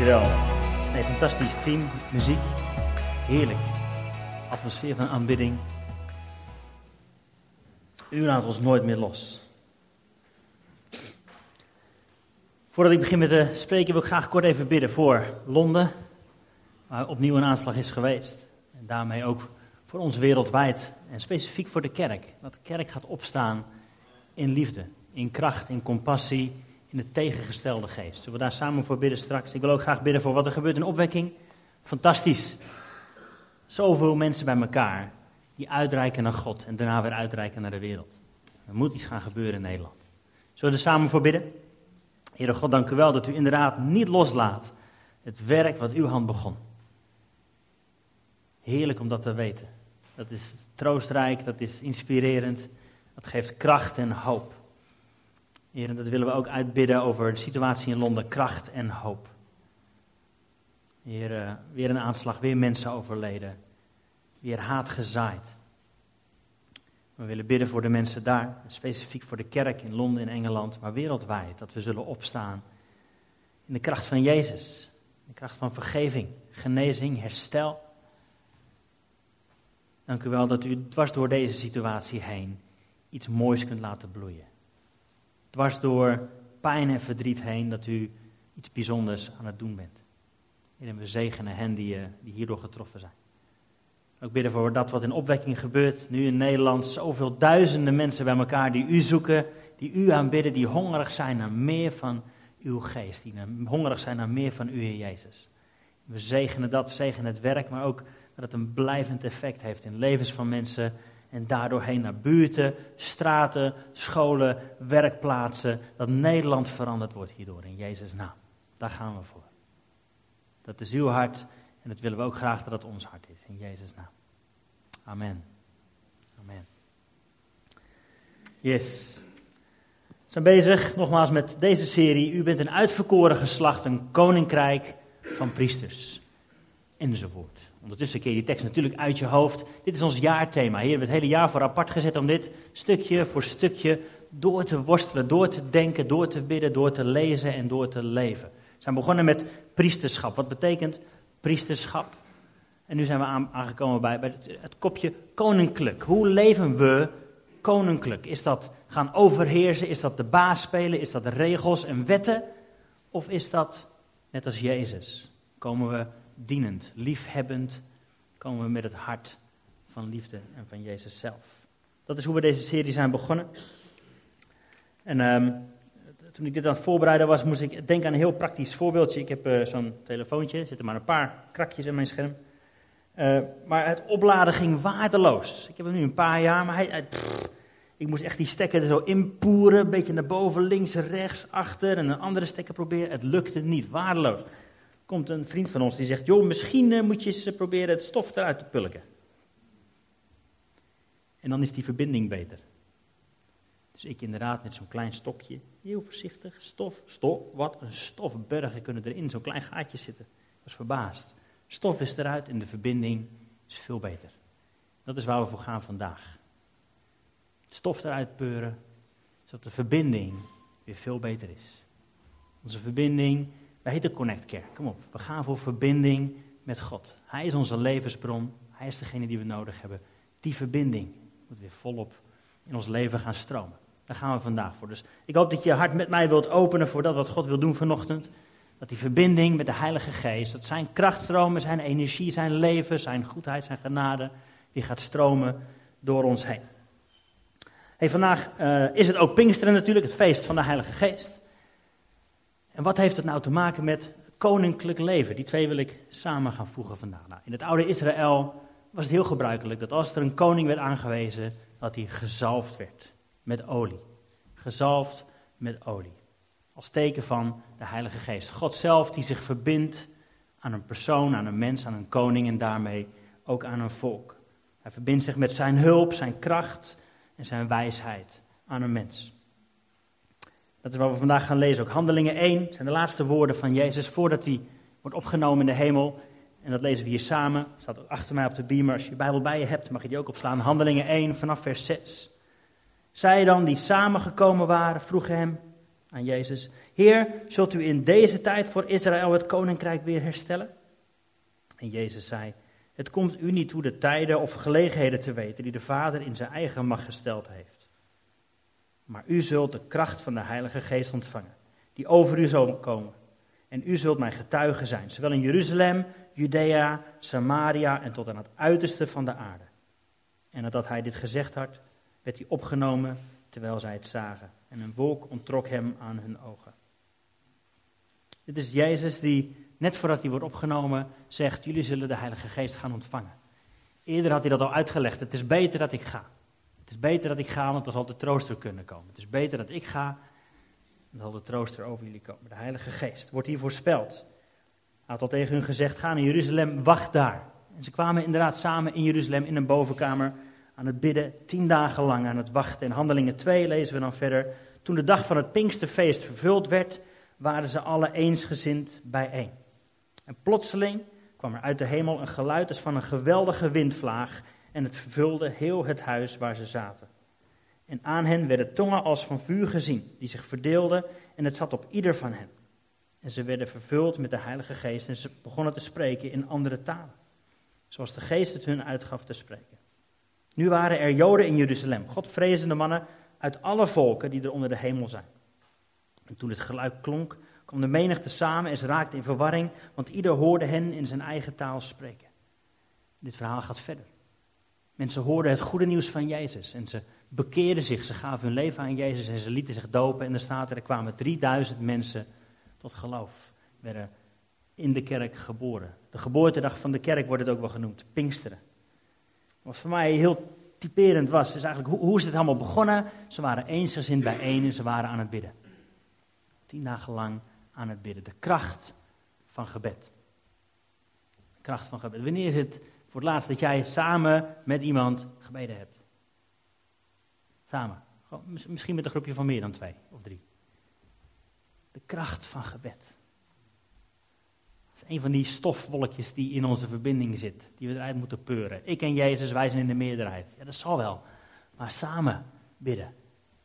Dankjewel. Nee, fantastisch team, muziek, heerlijk. Atmosfeer van aanbidding. U laat ons nooit meer los. Voordat ik begin met de spreken wil ik graag kort even bidden voor Londen, waar opnieuw een aanslag is geweest. En daarmee ook voor ons wereldwijd en specifiek voor de kerk. Dat de kerk gaat opstaan in liefde, in kracht, in compassie, in de tegengestelde geest. Zullen we daar samen voor bidden straks? Ik wil ook graag bidden voor wat er gebeurt in opwekking. Fantastisch. Zoveel mensen bij elkaar die uitreiken naar God en daarna weer uitreiken naar de wereld. Er moet iets gaan gebeuren in Nederland. Zullen we er samen voor bidden? Heere God, dank u wel dat u inderdaad niet loslaat het werk wat uw hand begon. Heerlijk om dat te weten. Dat is troostrijk, dat is inspirerend, dat geeft kracht en hoop. Heer, en dat willen we ook uitbidden over de situatie in Londen, kracht en hoop. Heer, weer een aanslag, weer mensen overleden, weer haat gezaaid. We willen bidden voor de mensen daar, specifiek voor de kerk in Londen, in Engeland, maar wereldwijd, dat we zullen opstaan in de kracht van Jezus, de kracht van vergeving, genezing, herstel. Dank u wel dat u dwars door deze situatie heen iets moois kunt laten bloeien. Dwars door pijn en verdriet heen, dat u iets bijzonders aan het doen bent. En we zegenen hen die hierdoor getroffen zijn. Ook bidden voor dat wat in opwekking gebeurt, nu in Nederland. Zoveel duizenden mensen bij elkaar die u zoeken, die u aanbidden, die hongerig zijn naar meer van uw geest. Die hongerig zijn naar meer van u, Heer Jezus. We zegenen dat, we zegenen het werk, maar ook dat het een blijvend effect heeft in levens van mensen. En daardoor heen naar buurten, straten, scholen, werkplaatsen. Dat Nederland veranderd wordt hierdoor in Jezus' naam. Daar gaan we voor. Dat is uw hart en dat willen we ook graag dat het ons hart is. In Jezus' naam. Amen. Amen. Yes. We zijn bezig nogmaals met deze serie. U bent een uitverkoren geslacht, een koninkrijk van priesters. Enzovoort. Ondertussen keer je die tekst natuurlijk uit je hoofd. Dit is ons jaarthema. Hier hebben we het hele jaar voor apart gezet om dit stukje voor stukje door te worstelen, door te denken, door te bidden, door te lezen en door te leven. We zijn begonnen met priesterschap. Wat betekent priesterschap? En nu zijn we aangekomen bij het kopje koninklijk. Hoe leven we koninklijk? Is dat gaan overheersen? Is dat de baas spelen? Is dat de regels en wetten? Of is dat, net als Jezus, komen we dienend, liefhebbend, komen we met het hart van liefde en van Jezus zelf. Dat is hoe we deze serie zijn begonnen. En toen ik dit aan het voorbereiden was, moest ik denken aan een heel praktisch voorbeeldje. Ik heb zo'n telefoontje, er zitten maar een paar krakjes in mijn scherm. Maar het opladen ging waardeloos. Ik heb hem nu een paar jaar, maar ik moest echt die stekker er zo inpoeren, een beetje naar boven, links, rechts, achter en een andere stekker proberen. Het lukte niet, waardeloos. Komt een vriend van ons die zegt, joh, misschien moet je eens proberen het stof eruit te pulken. En dan is die verbinding beter. Dus ik inderdaad met zo'n klein stokje, heel voorzichtig, stof, wat een stofbergen kunnen erin, zo'n klein gaatje zitten. Ik was verbaasd. Stof is eruit en de verbinding is veel beter. Dat is waar we voor gaan vandaag. Het stof eruit peuren, zodat de verbinding weer veel beter is. Onze verbinding, wij heten Connect Kerk, kom op. We gaan voor verbinding met God. Hij is onze levensbron, hij is degene die we nodig hebben. Die verbinding moet weer volop in ons leven gaan stromen. Daar gaan we vandaag voor. Dus ik hoop dat je je hart met mij wilt openen voor dat wat God wil doen vanochtend. Dat die verbinding met de Heilige Geest, dat zijn krachtstromen, zijn energie, zijn leven, zijn goedheid, zijn genade, die gaat stromen door ons heen. Hey, vandaag is het ook Pinksteren natuurlijk, het feest van de Heilige Geest. En wat heeft het nou te maken met koninklijk leven? Die twee wil ik samen gaan voegen vandaag. Nou, in het oude Israël was het heel gebruikelijk dat als er een koning werd aangewezen, dat hij gezalfd werd met olie. Gezalfd met olie. Als teken van de Heilige Geest. God zelf die zich verbindt aan een persoon, aan een mens, aan een koning en daarmee ook aan een volk. Hij verbindt zich met zijn hulp, zijn kracht en zijn wijsheid aan een mens. Dat is wat we vandaag gaan lezen. Ook Handelingen 1 zijn de laatste woorden van Jezus voordat hij wordt opgenomen in de hemel. En dat lezen we hier samen. Staat ook achter mij op de beamer. Als je je Bijbel bij je hebt, mag je die ook opslaan. Handelingen 1 vanaf vers 6. Zij dan die samengekomen waren, vroegen hem: aan Jezus: Heer, zult u in deze tijd voor Israël het koninkrijk weer herstellen? En Jezus zei: Het komt u niet toe de tijden of gelegenheden te weten die de Vader in zijn eigen macht gesteld heeft. Maar u zult de kracht van de Heilige Geest ontvangen, die over u zal komen. En u zult mijn getuige zijn, zowel in Jeruzalem, Judea, Samaria en tot aan het uiterste van de aarde. En nadat hij dit gezegd had, werd hij opgenomen terwijl zij het zagen. En een wolk onttrok hem aan hun ogen. Dit is Jezus die, net voordat hij wordt opgenomen, zegt: jullie zullen de Heilige Geest gaan ontvangen. Eerder had hij dat al uitgelegd: het is beter dat ik ga. Het is beter dat ik ga, want dan zal de trooster kunnen komen. Het is beter dat ik ga, dan zal de trooster over jullie komen. De Heilige Geest wordt hier voorspeld. Hij had al tegen hun gezegd: ga naar Jeruzalem, wacht daar. En ze kwamen inderdaad samen in Jeruzalem in een bovenkamer aan het bidden, 10 dagen lang aan het wachten. In Handelingen 2 lezen we dan verder: toen de dag van het Pinksterfeest vervuld werd, waren ze alle eensgezind bijeen. En plotseling kwam er uit de hemel een geluid als van een geweldige windvlaag en het vervulde heel het huis waar ze zaten. En aan hen werden tongen als van vuur gezien, die zich verdeelden en het zat op ieder van hen. En ze werden vervuld met de Heilige Geest en ze begonnen te spreken in andere talen, zoals de Geest het hun uitgaf te spreken. Nu waren er Joden in Jeruzalem, Godvrezende mannen uit alle volken die er onder de hemel zijn. En toen het geluid klonk, kwam de menigte samen en ze raakten in verwarring, want ieder hoorde hen in zijn eigen taal spreken. Dit verhaal gaat verder. Mensen hoorden het goede nieuws van Jezus en ze bekeerden zich, ze gaven hun leven aan Jezus en ze lieten zich dopen. En er staat er kwamen 3000 mensen tot geloof, werden in de kerk geboren. De geboortedag van de kerk wordt het ook wel genoemd, Pinksteren. Wat voor mij heel typerend was, is eigenlijk hoe is dit allemaal begonnen? Ze waren eensgezind bijeen en ze waren aan het bidden. 10 dagen lang aan het bidden. De kracht van gebed. De kracht van gebed. Wanneer is het voor het laatst dat jij samen met iemand gebeden hebt? Samen. Gewoon, misschien met een groepje van meer dan 2 of 3. De kracht van gebed. Dat is een van die stofwolkjes die in onze verbinding zit. Die we eruit moeten peuren. Ik en Jezus, wij zijn in de meerderheid. Ja, dat zal wel. Maar samen bidden.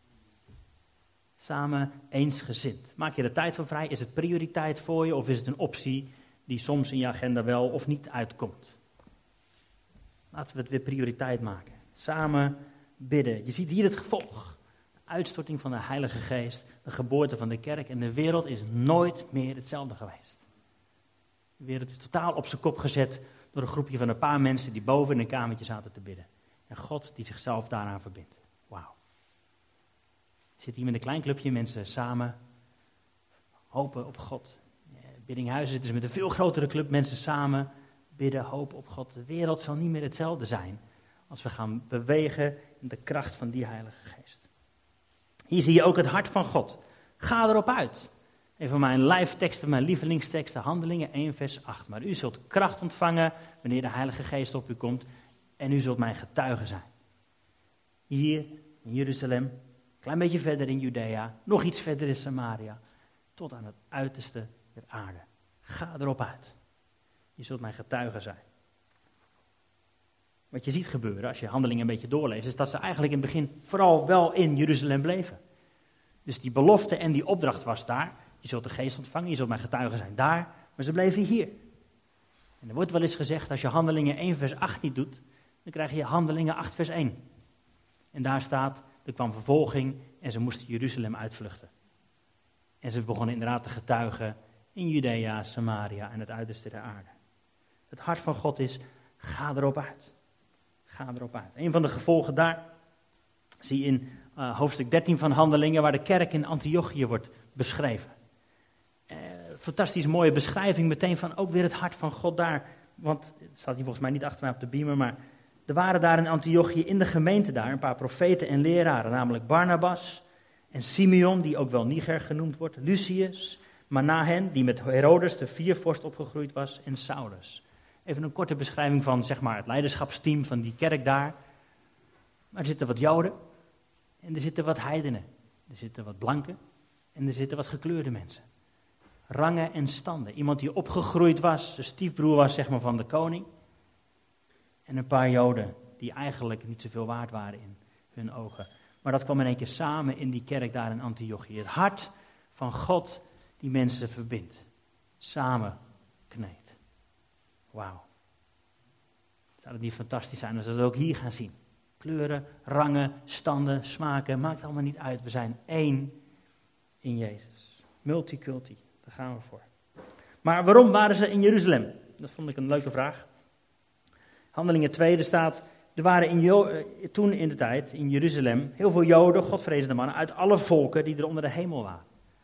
Samen eensgezind. Maak je er tijd voor vrij? Is het prioriteit voor je? Of is het een optie die soms in je agenda wel of niet uitkomt? Laten we het weer prioriteit maken. Samen bidden. Je ziet hier het gevolg. De uitstorting van de Heilige Geest. De geboorte van de kerk. En de wereld is nooit meer hetzelfde geweest. De wereld is totaal op zijn kop gezet door een groepje van een paar mensen die boven in een kamertje zaten te bidden. En God die zichzelf daaraan verbindt. Wauw. Je zit hier met een klein clubje mensen samen hopen op God. Biddinghuizen zitten ze met een veel grotere club mensen samen bidden, hopen op God. De wereld zal niet meer hetzelfde zijn als we gaan bewegen in de kracht van die Heilige Geest. Hier zie je ook het hart van God. Ga erop uit. Een van mijn live teksten, mijn lievelingsteksten, Handelingen 1 vers 8. Maar u zult kracht ontvangen wanneer de Heilige Geest op u komt en u zult mijn getuige zijn. Hier in Jeruzalem, een klein beetje verder in Judea, nog iets verder in Samaria, tot aan het uiterste der aarde. Ga erop uit. Je zult mijn getuige zijn. Wat je ziet gebeuren als je Handelingen een beetje doorleest, is dat ze eigenlijk in het begin vooral wel in Jeruzalem bleven. Dus die belofte en die opdracht was daar. Je zult de Geest ontvangen, je zult mijn getuige zijn daar. Maar ze bleven hier. En er wordt wel eens gezegd, als je Handelingen 1 vers 8 niet doet, dan krijg je Handelingen 8 vers 1. En daar staat, er kwam vervolging en ze moesten Jeruzalem uitvluchten. En ze begonnen inderdaad te getuigen in Judea, Samaria en het uiterste der aarde. Het hart van God is, ga erop uit. Ga erop uit. Een van de gevolgen daar zie je in hoofdstuk 13 van Handelingen, waar de kerk in Antiochië wordt beschreven. Fantastisch mooie beschrijving meteen van ook weer het hart van God daar. Want het staat hier volgens mij niet achter mij op de beamer, maar er waren daar in Antiochië in de gemeente daar een paar profeten en leraren, namelijk Barnabas en Simeon, die ook wel Niger genoemd wordt, Lucius, Manahen, die met Herodes de viervorst opgegroeid was, en Saulus. Even een korte beschrijving van zeg maar, het leiderschapsteam van die kerk daar. Maar er zitten wat Joden en er zitten wat heidenen. Er zitten wat blanken en er zitten wat gekleurde mensen. Rangen en standen. Iemand die opgegroeid was, de stiefbroer was zeg maar, van de koning. En een paar Joden die eigenlijk niet zoveel waard waren in hun ogen. Maar dat kwam in één keer samen in die kerk daar in Antiochië. Het hart van God die mensen verbindt, samen kneedt. Wauw. Zou het niet fantastisch zijn als we dat ook hier gaan zien? Kleuren, rangen, standen, smaken, maakt allemaal niet uit. We zijn één in Jezus. Multiculti, daar gaan we voor. Maar waarom waren ze in Jeruzalem? Dat vond ik een leuke vraag. Handelingen 2, er staat, er waren toen in de tijd in Jeruzalem heel veel Joden, godvrezende mannen, uit alle volken die er onder de hemel waren.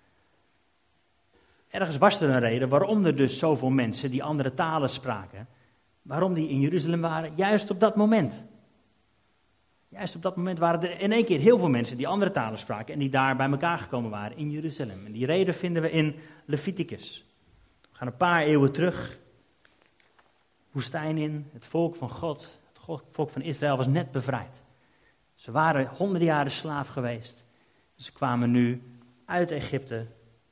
Ergens was er een reden waarom er dus zoveel mensen die andere talen spraken, waarom die in Jeruzalem waren, juist op dat moment. Juist op dat moment waren er in één keer heel veel mensen die andere talen spraken en die daar bij elkaar gekomen waren in Jeruzalem. En die reden vinden we in Leviticus. We gaan een paar eeuwen terug, woestijn in, het volk van God, het volk van Israël was net bevrijd. Ze waren honderden jaren slaaf geweest. Ze kwamen nu uit Egypte.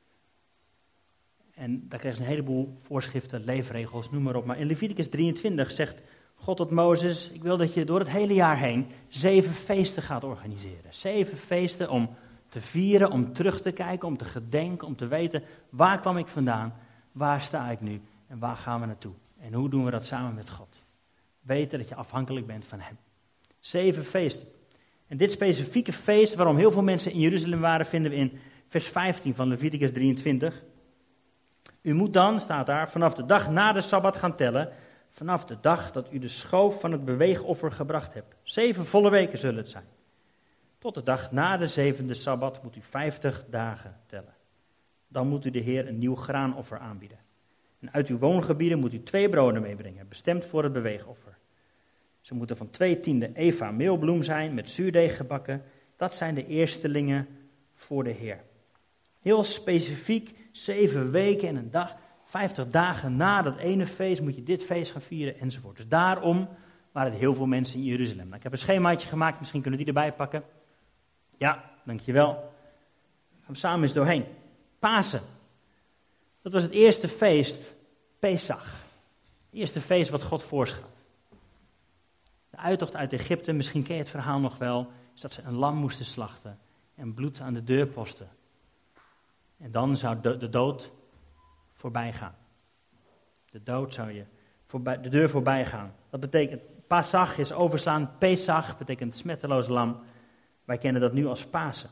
En daar kregen ze een heleboel voorschriften, leefregels, noem maar op. Maar in Leviticus 23 zegt God tot Mozes, ik wil dat je door het hele jaar heen 7 feesten gaat organiseren. 7 feesten om te vieren, om terug te kijken, om te gedenken, om te weten waar kwam ik vandaan, waar sta ik nu en waar gaan we naartoe. En hoe doen we dat samen met God? Weten dat je afhankelijk bent van Hem. 7 feesten. En dit specifieke feest, waarom heel veel mensen in Jeruzalem waren, vinden we in vers 15 van Leviticus 23. U moet dan, staat daar, vanaf de dag na de Sabbat gaan tellen, vanaf de dag dat u de schoof van het beweegoffer gebracht hebt. 7 volle weken zullen het zijn. Tot de dag na de 7e Sabbat moet u 50 dagen tellen. Dan moet u de Heer een nieuw graanoffer aanbieden. En uit uw woongebieden moet u 2 broden meebrengen, bestemd voor het beweegoffer. Ze moeten van 2/10 eva meelbloem zijn, met zuurdeeg gebakken. Dat zijn de eerstelingen voor de Heer. Heel specifiek, 7 weken en een dag, 50 dagen na dat ene feest moet je dit feest gaan vieren enzovoort. Dus daarom waren er heel veel mensen in Jeruzalem. Nou, ik heb een schemaatje gemaakt, misschien kunnen we die erbij pakken. Ja, dankjewel. Gaan we samen eens doorheen. Pasen. Dat was het eerste feest, Pesach. Het eerste feest wat God voorschreef. De uittocht uit Egypte, misschien ken je het verhaal nog wel, is dat ze een lam moesten slachten en bloed aan de deurposten. En dan zou de dood voorbij gaan. De dood zou je de deur voorbij gaan. Dat betekent, Pasach is overslaan, Pesach betekent smetteloos lam. Wij kennen dat nu als Pasen.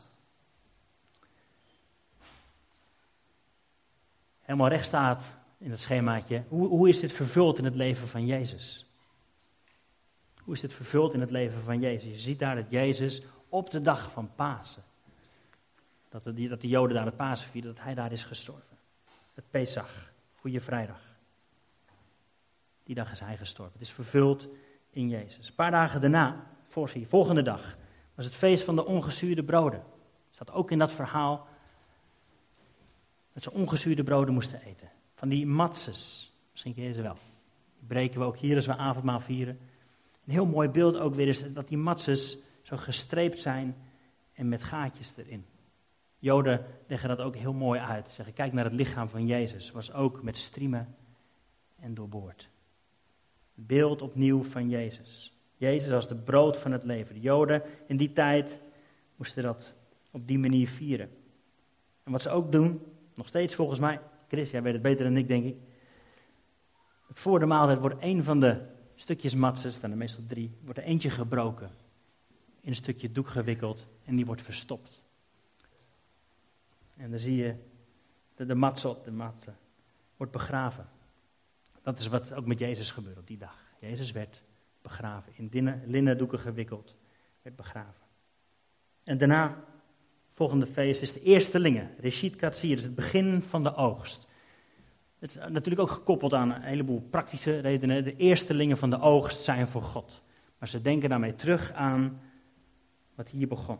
Helemaal rechts staat in het schemaatje, hoe is dit vervuld in het leven van Jezus? Hoe is dit vervuld in het leven van Jezus? Je ziet daar dat Jezus op de dag van Pasen, dat de Joden daar het Pasen vierden, dat hij daar is gestorven. Het Pesach, Goede Vrijdag. Die dag is hij gestorven. Het is vervuld in Jezus. Een paar dagen daarna, volgende dag, was het feest van de ongezuurde broden. Staat ook in dat verhaal dat ze ongezuurde broden moesten eten. Van die matzes, misschien ken je ze wel. Die breken we ook hier als we avondmaal vieren. Een heel mooi beeld ook weer is dat die matzes zo gestreept zijn en met gaatjes erin. Joden leggen dat ook heel mooi uit. Ze zeggen, kijk naar het lichaam van Jezus. Was ook met striemen en doorboord. Het beeld opnieuw van Jezus. Jezus als de brood van het leven. De Joden in die tijd moesten dat op die manier vieren. En wat ze ook doen, nog steeds volgens mij, Chris, jij weet het beter dan ik denk ik. Het voor de maaltijd wordt één van de stukjes matzes, dan er meestal 3, wordt er eentje gebroken. In een stukje doek gewikkeld en die wordt verstopt. En dan zie je de matze wordt begraven. Dat is wat ook met Jezus gebeurde op die dag. Jezus werd begraven, in linnen doeken gewikkeld, werd begraven. En daarna, volgende feest, is de eerstelingen, Reshit Katsir, dus het begin van de oogst. Het is natuurlijk ook gekoppeld aan een heleboel praktische redenen. De eerstelingen van de oogst zijn voor God. Maar ze denken daarmee terug aan wat hier begon.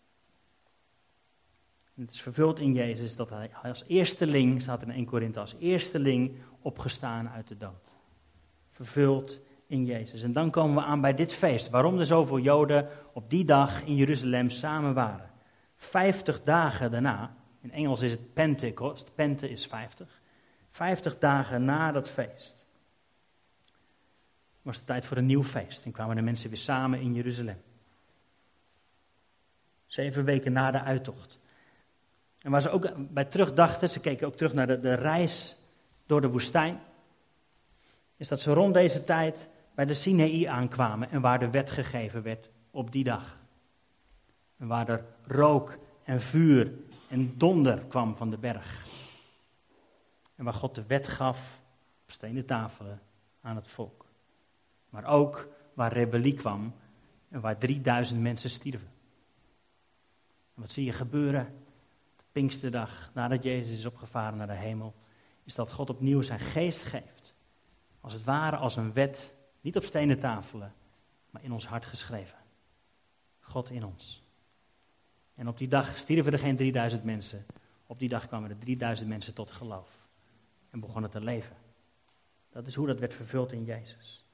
En het is vervuld in Jezus dat hij als eersteling, staat in 1 Korinthe, als eersteling opgestaan uit de dood. Vervuld in Jezus. En dan komen we aan bij dit feest. Waarom er zoveel Joden op die dag in Jeruzalem samen waren. 50 dagen daarna, in Engels is het Pentecost, Pente is 50. 50 dagen na dat feest was het tijd voor een nieuw feest. En kwamen de mensen weer samen in Jeruzalem. 7 weken na de uittocht. En waar ze ook bij terugdachten, ze keken ook terug naar de reis door de woestijn, is dat ze rond deze tijd bij de Sinaï aankwamen en waar de wet gegeven werd op die dag. En waar er rook en vuur en donder kwam van de berg. En waar God de wet gaf op stenen tafelen aan het volk. Maar ook waar rebellie kwam en waar 3000 mensen stierven. En wat zie je gebeuren? De Pinksterdag, nadat Jezus is opgevaren naar de hemel, is dat God opnieuw zijn geest geeft. Als het ware als een wet, niet op stenen tafelen, maar in ons hart geschreven. God in ons. En op die dag stierven er geen 3000 mensen. Op die dag kwamen er 3000 mensen tot geloof. En begonnen te leven. Dat is hoe dat werd vervuld in Jezus.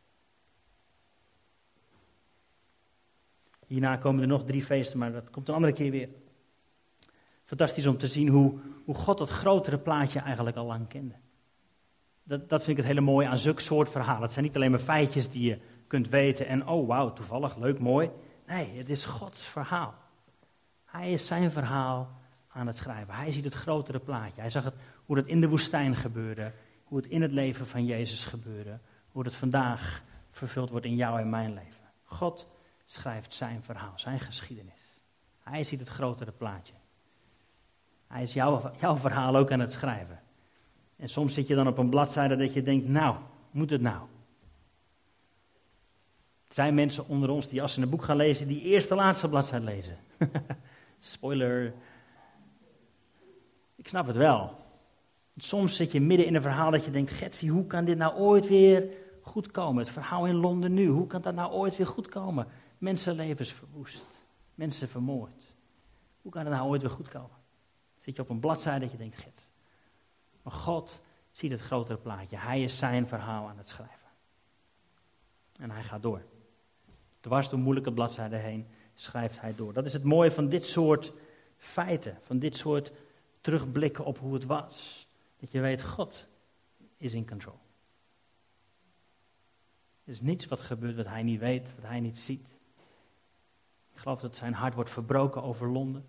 Hierna komen er nog 3 feesten, maar dat komt een andere keer weer. Fantastisch om te zien hoe God dat grotere plaatje eigenlijk al lang kende. Dat vind ik het hele mooie aan zulke soort verhalen. Het zijn niet alleen maar feitjes die je kunt weten en oh wauw, toevallig, leuk, mooi. Nee, het is Gods verhaal. Hij is zijn verhaal aan het schrijven. Hij ziet het grotere plaatje. Hij zag hoe het in de woestijn gebeurde, hoe het in het leven van Jezus gebeurde, hoe het vandaag vervuld wordt in jou en mijn leven. God schrijft zijn verhaal, zijn geschiedenis. Hij ziet het grotere plaatje. Hij is jouw verhaal ook aan het schrijven. En soms zit je dan op een bladzijde dat je denkt, nou, moet het nou? Er zijn mensen onder ons die als ze een boek gaan lezen, die eerst de laatste bladzijde lezen. Spoiler. Ik snap het wel. Soms zit je midden in een verhaal dat je denkt, Getsie, hoe kan dit nou ooit weer goed komen? Het verhaal in Londen nu, hoe kan dat nou ooit weer goed komen? Mensenlevens verwoest, mensen vermoord. Hoe kan het nou ooit weer goed komen? Zit je op een bladzijde dat je denkt, Gets. Maar God ziet het grotere plaatje. Hij is zijn verhaal aan het schrijven. En hij gaat door. Dwars door moeilijke bladzijden heen schrijft hij door. Dat is het mooie van dit soort feiten. Van dit soort terugblikken op hoe het was. Dat je weet, God is in control. Er is niets wat gebeurt wat hij niet weet, wat hij niet ziet. Ik geloof dat zijn hart wordt verbroken over Londen.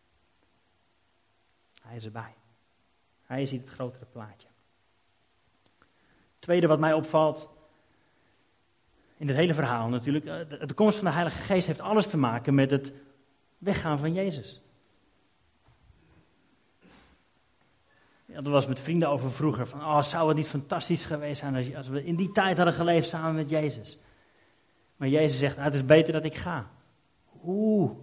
Hij is erbij. Hij ziet het grotere plaatje. Het tweede wat mij opvalt, in het hele verhaal natuurlijk, de komst van de Heilige Geest heeft alles te maken met het weggaan van Jezus. Ja, dat was met vrienden over vroeger, van zou het niet fantastisch geweest zijn als we in die tijd hadden geleefd samen met Jezus. Maar Jezus zegt, het is beter dat ik ga. Hoe?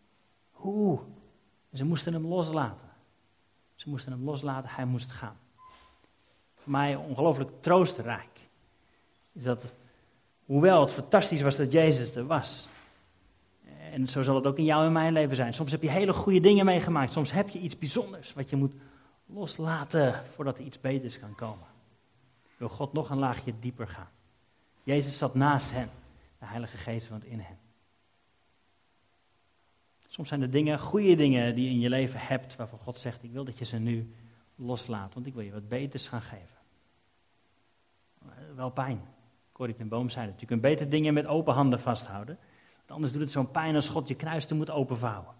En ze moesten hem loslaten. Ze moesten hem loslaten, hij moest gaan. Voor mij ongelooflijk troostrijk. Is dat, hoewel het fantastisch was dat Jezus er was. En zo zal het ook in jou en mijn leven zijn. Soms heb je hele goede dingen meegemaakt. Soms heb je iets bijzonders wat je moet loslaten voordat er iets beters kan komen. Wil God nog een laagje dieper gaan. Jezus zat naast hen. De Heilige Geest woont in hen. Soms zijn er dingen, goede dingen die je in je leven hebt, waarvan God zegt, ik wil dat je ze nu loslaat, want ik wil je wat beters gaan geven. Wel pijn. Corrie ten Boom zei het. Je kunt beter dingen met open handen vasthouden, want anders doet het zo'n pijn als God je kruisten moet openvouwen.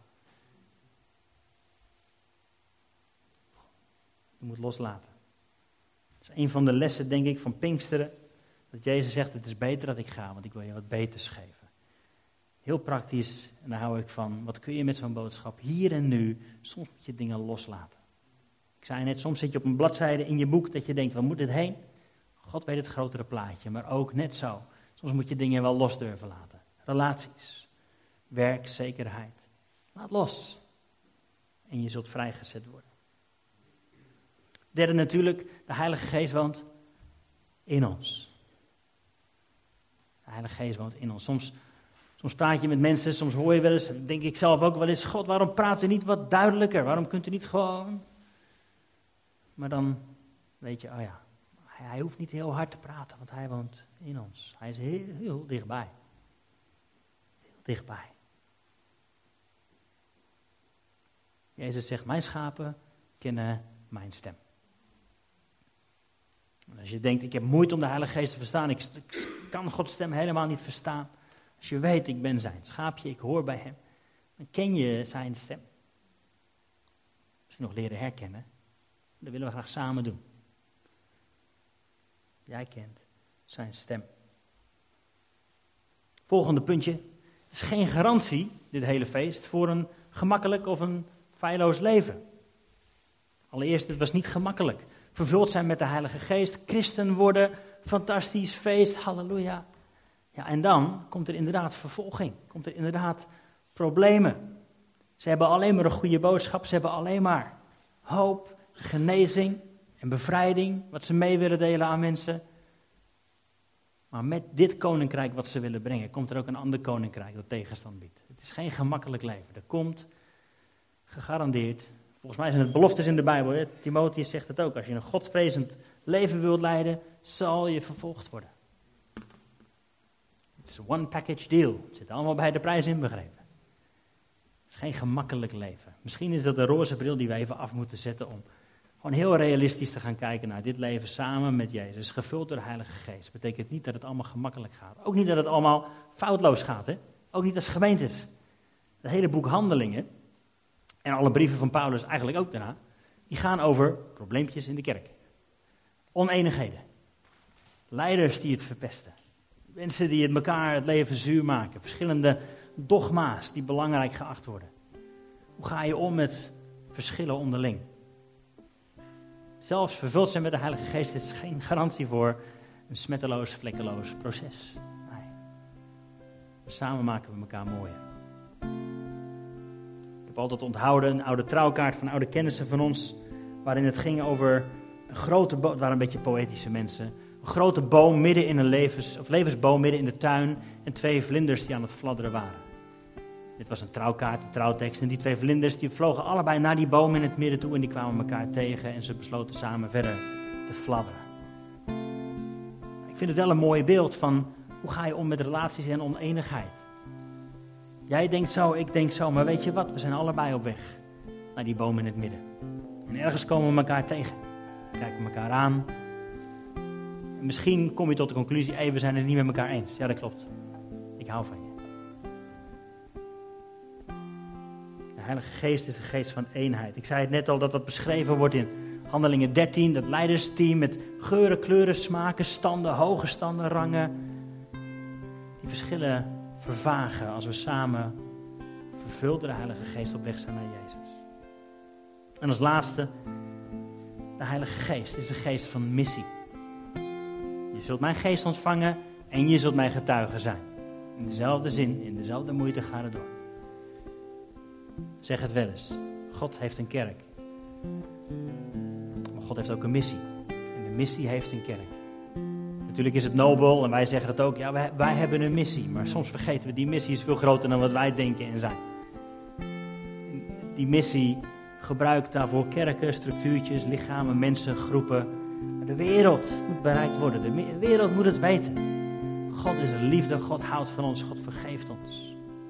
Je moet loslaten. Dat is een van de lessen, denk ik, van Pinksteren, dat Jezus zegt, het is beter dat ik ga, want ik wil je wat beters geven. Heel praktisch, en daar hou ik van. Wat kun je met zo'n boodschap? Hier en nu, soms moet je dingen loslaten. Ik zei net, soms zit je op een bladzijde in je boek dat je denkt, waar moet dit heen? God weet het grotere plaatje, maar ook net zo. Soms moet je dingen wel los durven laten. Relaties, werk, zekerheid. Laat los. En je zult vrijgezet worden. Derde natuurlijk, de Heilige Geest woont in ons. De Heilige Geest woont in ons. Soms praat je met mensen, soms hoor je wel eens, denk ik zelf ook wel eens, God, waarom praat u niet wat duidelijker? Waarom kunt u niet gewoon? Maar dan weet je, hij hoeft niet heel hard te praten, want hij woont in ons. Hij is heel, heel dichtbij. Heel dichtbij. Jezus zegt, mijn schapen kennen mijn stem. En als je denkt, ik heb moeite om de Heilige Geest te verstaan, ik kan Gods stem helemaal niet verstaan. Als je weet, ik ben zijn schaapje, ik hoor bij hem, dan ken je zijn stem. misschien nog leren herkennen. Dat willen we graag samen doen. Jij kent zijn stem. Volgende puntje. Het is geen garantie, dit hele feest, voor een gemakkelijk of een feilloos leven. Allereerst, het was niet gemakkelijk. Vervuld zijn met de Heilige Geest, christen worden, fantastisch feest, halleluja. Ja, en dan komt er inderdaad vervolging, komt er inderdaad problemen. Ze hebben alleen maar een goede boodschap, ze hebben alleen maar hoop, genezing en bevrijding, wat ze mee willen delen aan mensen. Maar met dit koninkrijk wat ze willen brengen, komt er ook een ander koninkrijk dat tegenstand biedt. Het is geen gemakkelijk leven. Er komt gegarandeerd, volgens mij zijn het beloftes in de Bijbel, hè? Timotheus zegt het ook, als je een godvrezend leven wilt leiden, zal je vervolgd worden. Het is een one package deal. Het zit allemaal bij de prijs inbegrepen. Het is geen gemakkelijk leven. Misschien is dat de roze bril die we even af moeten zetten om gewoon heel realistisch te gaan kijken naar dit leven samen met Jezus, gevuld door de Heilige Geest. Betekent niet dat het allemaal gemakkelijk gaat. Ook niet dat het allemaal foutloos gaat. Hè? Ook niet als gemeentes. Het hele boek Handelingen, en alle brieven van Paulus eigenlijk ook daarna, die gaan over probleempjes in de kerk. Oneenigheden. Leiders die het verpesten. Mensen die het elkaar het leven zuur maken. Verschillende dogma's die belangrijk geacht worden. Hoe ga je om met verschillen onderling? Zelfs vervuld zijn met de Heilige Geest is geen garantie voor een smetteloos, vlekkeloos proces. Nee. Samen maken we elkaar mooier. Ik heb altijd onthouden een oude trouwkaart van oude kennissen van ons, waarin het ging over een grote boom, het waren een beetje poëtische mensen, een grote boom midden in een levensboom midden in de tuin en 2 vlinders die aan het fladderen waren. Dit was een trouwkaart, een trouwtekst. En die 2 vlinders die vlogen allebei naar die boom in het midden toe en die kwamen elkaar tegen en ze besloten samen verder te fladderen. Ik vind het wel een mooi beeld van hoe ga je om met relaties en oneenigheid. Jij denkt zo, ik denk zo, maar weet je wat? We zijn allebei op weg naar die boom in het midden. En ergens komen we elkaar tegen. We kijken elkaar aan. En misschien kom je tot de conclusie, we zijn het niet met elkaar eens. Ja, dat klopt. Ik hou van je. De Heilige Geest is de geest van eenheid. Ik zei het net al dat dat beschreven wordt in Handelingen 13. Dat leidersteam met geuren, kleuren, smaken, standen, hoge standen, rangen. Die verschillen vervagen als we samen vervuld door de Heilige Geest op weg zijn naar Jezus. En als laatste, de Heilige Geest is de geest van missie. Je zult mijn geest ontvangen en je zult mijn getuige zijn. In dezelfde zin, in dezelfde moeite gaat het door. Zeg het wel eens. God heeft een kerk. Maar God heeft ook een missie. En de missie heeft een kerk. Natuurlijk is het nobel en wij zeggen het ook. Ja, wij hebben een missie. Maar soms vergeten we, die missie is veel groter dan wat wij denken en zijn. Die missie gebruikt daarvoor kerken, structuurtjes, lichamen, mensen, groepen. Maar de wereld moet bereikt worden. De wereld moet het weten. God is liefde, God houdt van ons, God vergeeft ons.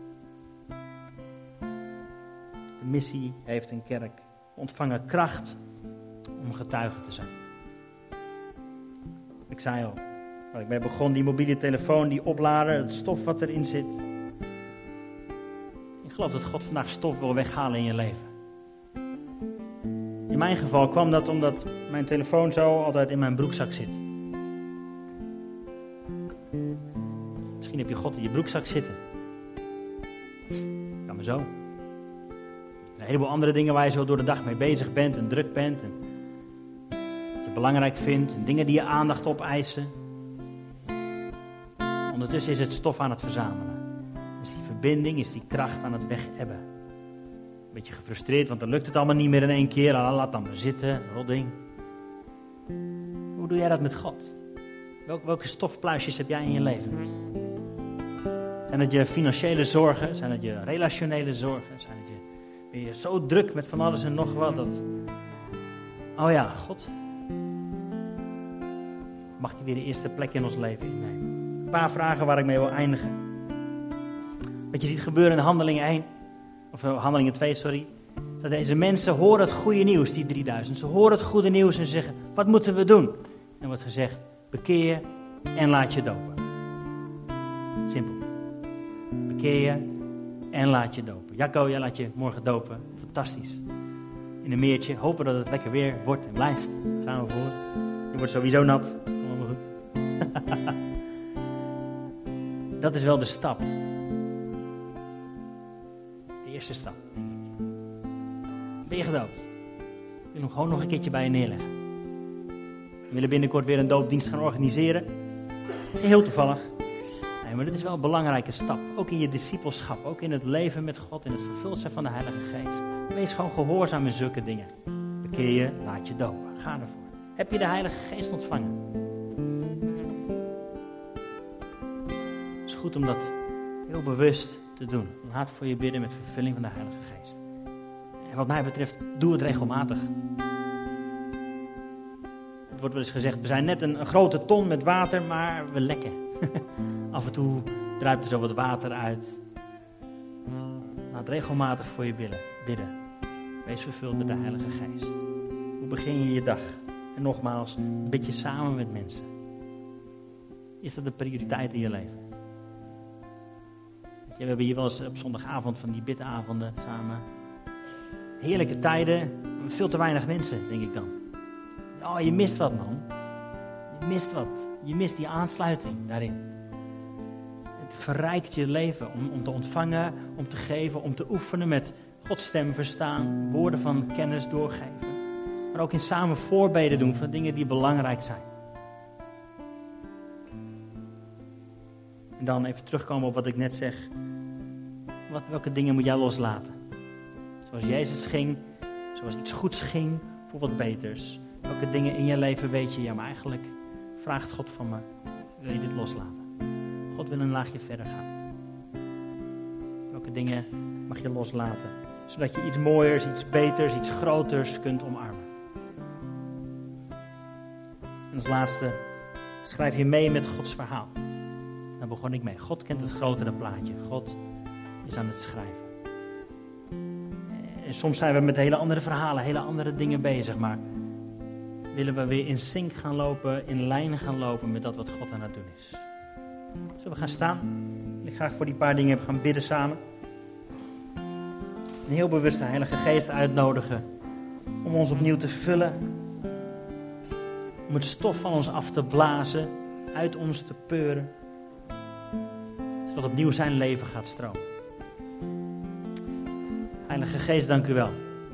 De missie heeft een kerk. We ontvangen kracht om getuige te zijn. Ik zei al, waar ik mee begon, die mobiele telefoon, die oplader, het stof wat erin zit. Ik geloof dat God vandaag stof wil weghalen in je leven. In mijn geval kwam dat omdat mijn telefoon zo altijd in mijn broekzak zit. Misschien heb je God in je broekzak zitten. Ja, maar zo. Een heleboel andere dingen waar je zo door de dag mee bezig bent en druk bent. En wat je belangrijk vindt. En dingen die je aandacht opeisen. Ondertussen is het stof aan het verzamelen. Is die verbinding, is die kracht aan het wegebben. Een beetje gefrustreerd, want dan lukt het allemaal niet meer in één keer. Laat dan maar zitten, rodding. Hoe doe jij dat met God? Welke stofpluisjes heb jij in je leven? Zijn het je financiële zorgen? Zijn het je relationele zorgen? Ben je zo druk met van alles en nog wat dat... Oh ja, God. Mag die weer de eerste plek in ons leven innemen? Een paar vragen waar ik mee wil eindigen. Wat je ziet gebeuren in Handelingen 1, of Handelingen 2, sorry. Dat deze mensen horen het goede nieuws, die 3000. Ze horen het goede nieuws en ze zeggen, wat moeten we doen? En wordt gezegd, bekeer je en laat je dopen. Simpel. Bekeer je en laat je dopen. Jacco, jij laat je morgen dopen. Fantastisch. in een meertje. Hopen dat het lekker weer wordt en blijft. Daar gaan we voor. Je wordt sowieso nat. Allemaal goed. Dat is wel de stap. De eerste stap, denk ik. Ben je gedoopt? Ik wil hem gewoon nog een keertje bij je neerleggen. We willen binnenkort weer een doopdienst gaan organiseren. Heel toevallig. Nee, maar dit is wel een belangrijke stap. Ook in je discipelschap. Ook in het leven met God. In het vervuld zijn van de Heilige Geest. Wees gewoon gehoorzaam in zulke dingen. Bekeer je, laat je dopen. Ga ervoor. Heb je de Heilige Geest ontvangen? Het is goed om dat heel bewust te doen. Laat voor je bidden met vervulling van de Heilige Geest. En wat mij betreft, doe het regelmatig. Het wordt wel eens gezegd, we zijn net een grote ton met water, maar we lekken. Af en toe druipt er zo wat water uit. Laat regelmatig voor je bidden. Wees vervuld met de Heilige Geest. Hoe begin je je dag? En nogmaals, bid je samen met mensen. Is dat de prioriteit in je leven? We hebben hier wel eens op zondagavond van die bidavonden samen. Heerlijke tijden, veel te weinig mensen, denk ik dan. Oh, je mist wat, man. Je mist wat. Je mist die aansluiting daarin. Het verrijkt je leven om te ontvangen, om te geven, om te oefenen met Gods stem verstaan, woorden van kennis doorgeven. Maar ook in samen voorbeden doen van dingen die belangrijk zijn. En dan even terugkomen op wat ik net zeg. Welke dingen moet jij loslaten? Zoals Jezus ging, zoals iets goeds ging voor wat beters. Welke dingen in je leven weet je, ja, maar eigenlijk vraagt God van me, wil je dit loslaten? God wil een laagje verder gaan. Welke dingen mag je loslaten? Zodat je iets mooiers, iets beters, iets groters kunt omarmen. En als laatste, schrijf je mee met Gods verhaal. Daar begon ik mee. God kent het grotere plaatje. God is aan het schrijven. En soms zijn we met hele andere verhalen, hele andere dingen bezig, maar willen we weer in sync gaan lopen, in lijn gaan lopen met dat wat God aan het doen is. Zullen we gaan staan? Ik wil graag voor die paar dingen gaan bidden samen. Een heel bewust de Heilige Geest uitnodigen om ons opnieuw te vullen. Om het stof van ons af te blazen, uit ons te peuren. Zodat opnieuw zijn leven gaat stromen. Heilige Geest, dank u wel.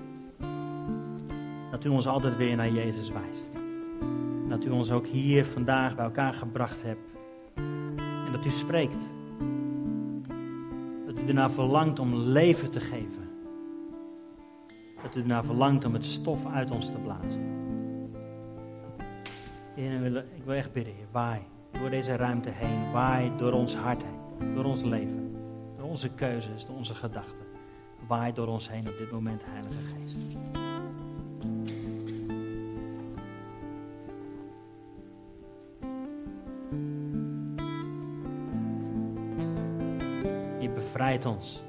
Dat u ons altijd weer naar Jezus wijst. En dat u ons ook hier vandaag bij elkaar gebracht hebt. En dat u spreekt. Dat u ernaar verlangt om leven te geven. Dat u ernaar verlangt om het stof uit ons te blazen. Heer, ik wil echt bidden, Heer, waai door deze ruimte heen. Waai door ons hart heen. Door ons leven. Door onze keuzes, door onze gedachten. Waai door ons heen op dit moment, Heilige Geest. Je bevrijdt ons.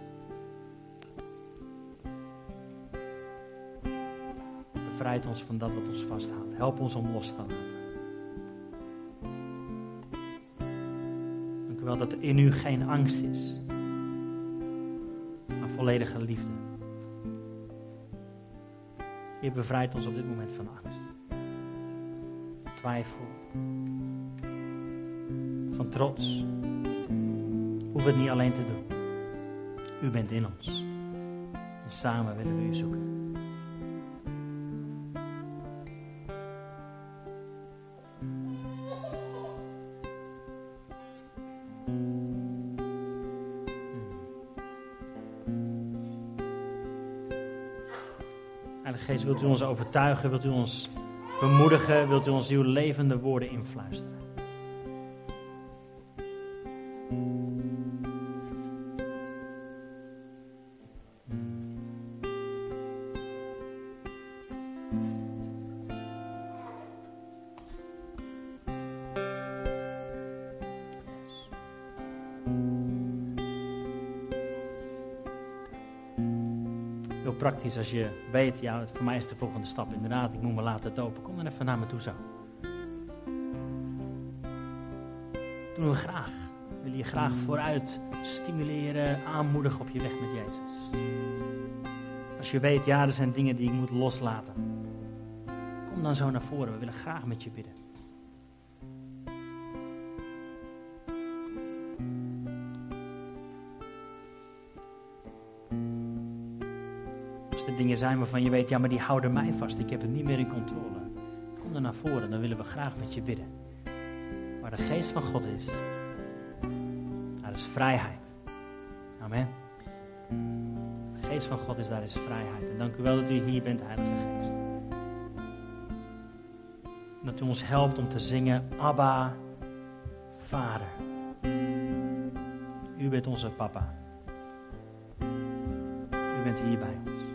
Bevrijd ons van dat wat ons vasthoudt. Help ons om los te laten. Dank u wel dat er in u geen angst is. Maar volledige liefde. Je bevrijdt ons op dit moment van angst. Van twijfel. Van trots. Hoef het niet alleen te doen. U bent in ons. En samen willen we u zoeken. Heilige Geest, wilt u ons overtuigen, wilt u ons bemoedigen, wilt u ons uw levende woorden influisteren. Heel praktisch, als je weet, ja, voor mij is de volgende stap inderdaad, ik moet me laten dopen. Kom dan even naar me toe zo. Doen we graag. We willen je graag vooruit stimuleren, aanmoedigen op je weg met Jezus. Als je weet, ja, er zijn dingen die ik moet loslaten. Kom dan zo naar voren, we willen graag met je bidden. Als er dingen zijn waarvan je weet, ja, maar die houden mij vast. Ik heb het niet meer in controle. Kom dan naar voren, dan willen we graag met je bidden. Waar de geest van God is, daar is vrijheid. Amen. De geest van God is, daar is vrijheid. En dank u wel dat u hier bent, Heilige Geest. En dat u ons helpt om te zingen, Abba, Vader. U bent onze papa. U bent hier bij ons.